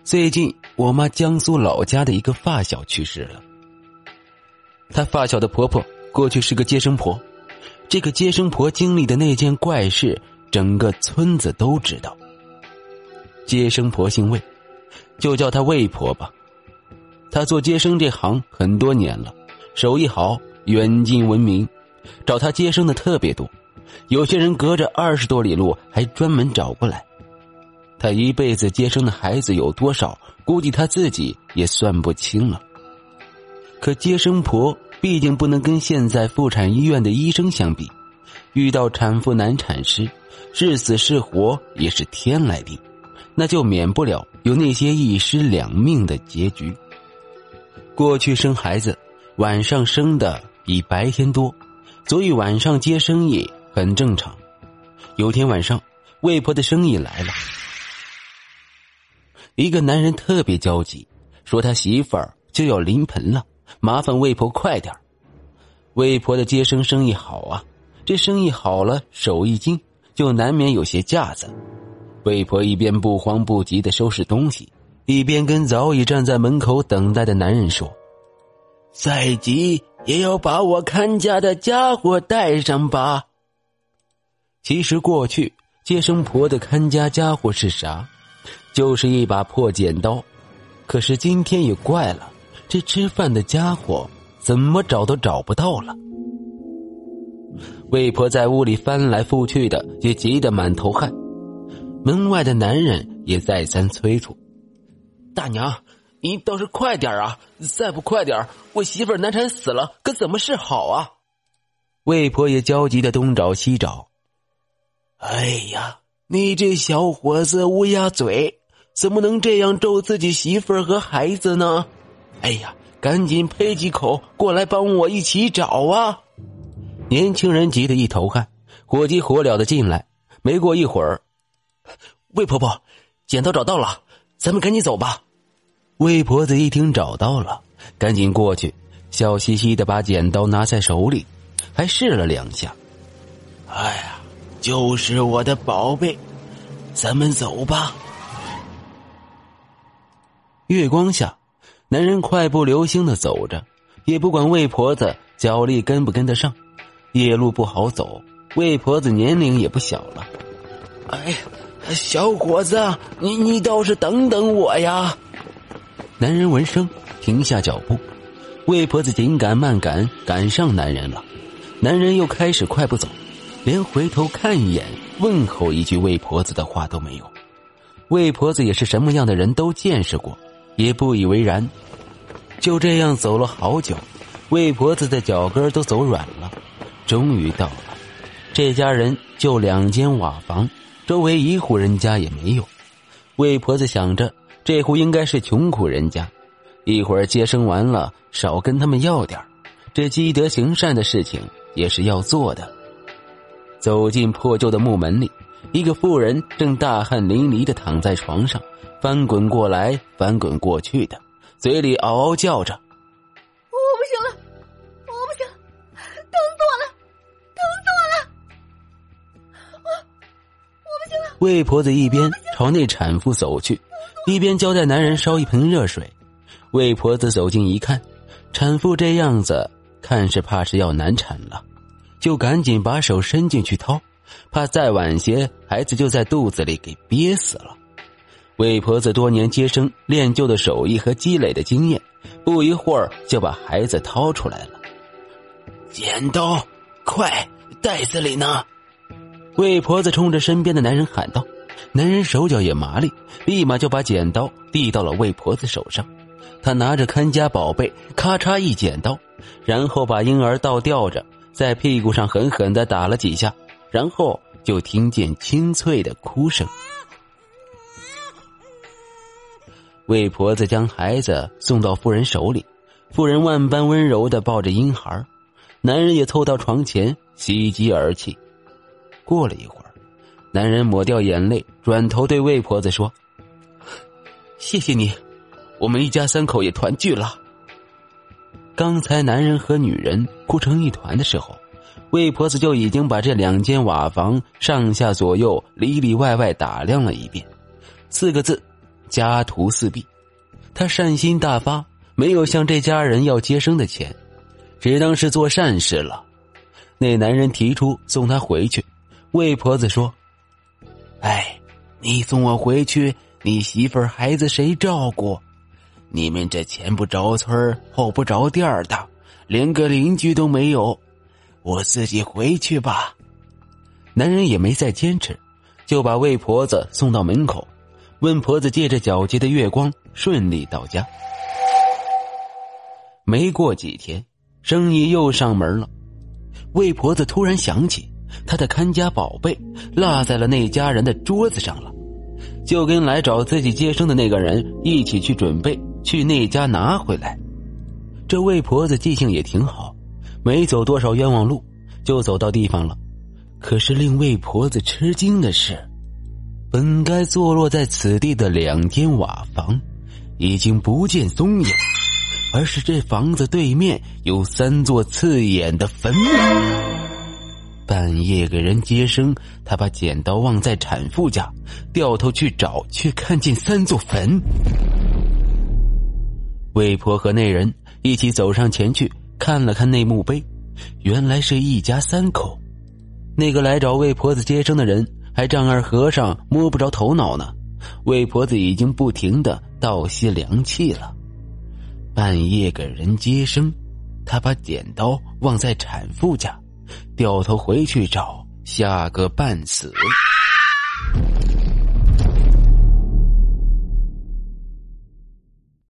最近我妈江苏老家的一个发小去世了。她发小的婆婆过去是个接生婆，这个接生婆经历的那件怪事，整个村子都知道。接生婆姓魏，就叫她魏婆吧。她做接生这行很多年了，手艺好，远近闻名，找她接生的特别多，有些人隔着20多里路还专门找过来。她一辈子接生的孩子有多少，估计她自己也算不清了。可接生婆毕竟不能跟现在妇产医院的医生相比，遇到产妇难产时，是死是活也是天来定，那就免不了有那些一尸两命的结局。过去生孩子晚上生的比白天多，所以晚上接生意很正常。有天晚上，魏婆的生意来了，一个男人特别焦急，说他媳妇儿就要临盆了，麻烦魏婆快点。魏婆的接生生意好啊，这生意好了，手一精，就难免有些架子。魏婆一边不慌不急地收拾东西，一边跟早已站在门口等待的男人说：再急也要把我看家的家伙带上吧。其实过去接生婆的看家家伙是啥？就是一把破剪刀。可是今天也怪了，这吃饭的家伙怎么找都找不到了。魏婆在屋里翻来覆去的，也急得满头汗。门外的男人也再三催促：大娘，你倒是快点啊，再不快点，我媳妇儿难产死了，可怎么是好啊？魏婆也焦急的东找西找。哎呀，你这小伙子乌鸦嘴，怎么能这样咒自己媳妇儿和孩子呢？哎呀，赶紧呸几口过来帮我一起找啊！年轻人急得一头汗，火急火燎的进来。没过一会儿，魏婆婆，剪刀找到了，咱们赶紧走吧。魏婆子一听找到了，赶紧过去，笑嘻嘻的把剪刀拿在手里，还试了2下。哎呀，就是我的宝贝，咱们走吧。月光下，男人快步流星的走着，也不管魏婆子脚力跟不跟得上。夜路不好走，魏婆子年龄也不小了。哎，小伙子，你倒是等等我呀！男人闻声停下脚步，魏婆子紧赶慢赶，赶上男人了。男人又开始快步走，连回头看一眼问候一句魏婆子的话都没有。魏婆子也是什么样的人都见识过，也不以为然。就这样走了好久，魏婆子的脚跟都走软了。终于到了，这家人就2间瓦房，周围一户人家也没有。魏婆子想着这户应该是穷苦人家，一会儿接生完了少跟他们要点，这积德行善的事情也是要做的。走进破旧的木门里，一个妇人正大汗淋漓地躺在床上，翻滚过来翻滚过去的，嘴里嗷嗷叫着： 我不行了，我不行了，疼死我了，疼死我了，我不行了。 魏婆子一边朝那产妇走去，一边交代男人烧一盆热水。魏婆子走近一看，产妇这样子，看是怕是要难产了，就赶紧把手伸进去掏，怕再晚些孩子就在肚子里给憋死了。魏婆子多年接生练就的手艺和积累的经验，不一会儿就把孩子掏出来了。剪刀，快，袋子里呢！魏婆子冲着身边的男人喊道。男人手脚也麻利，立马就把剪刀递到了魏婆子手上。他拿着看家宝贝，咔嚓一剪刀，然后把婴儿倒吊着，在屁股上狠狠地打了几下，然后就听见清脆的哭声。魏婆子将孩子送到妇人手里，妇人万般温柔地抱着婴孩，男人也凑到床前喜极而泣。过了一会儿，男人抹掉眼泪，转头对魏婆子说：谢谢你，我们一家3口也团聚了。刚才男人和女人哭成一团的时候，魏婆子就已经把这2间瓦房上下左右里里外外打量了一遍。4个字： 家徒四壁。他善心大发，没有向这家人要接生的钱，只当是做善事了。那男人提出送他回去，魏婆子说：哎，你送我回去，你媳妇儿孩子谁照顾？你们这前不着村后不着店的，连个邻居都没有，我自己回去吧。男人也没再坚持，就把魏婆子送到门口，问婆子借着皎洁的月光顺利到家。没过几天，生意又上门了。魏婆子突然想起她的看家宝贝落在了那家人的桌子上了，就跟来找自己接生的那个人一起去准备去那家拿回来。这魏婆子记性也挺好，没走多少冤枉路就走到地方了。可是令魏婆子吃惊的是，本该坐落在此地的2间瓦房已经不见踪影，而是这房子对面有3座刺眼的坟墓。半夜给人接生，他把剪刀忘在产妇家，掉头去找，却看见3座坟。魏婆和那人一起走上前去看了看那墓碑，原来是一家3口。那个来找魏婆子接生的人还丈二和尚摸不着头脑呢，魏婆子已经不停地倒吸凉气了。半夜给人接生，他把剪刀忘在产妇家，掉头回去找，吓个半死。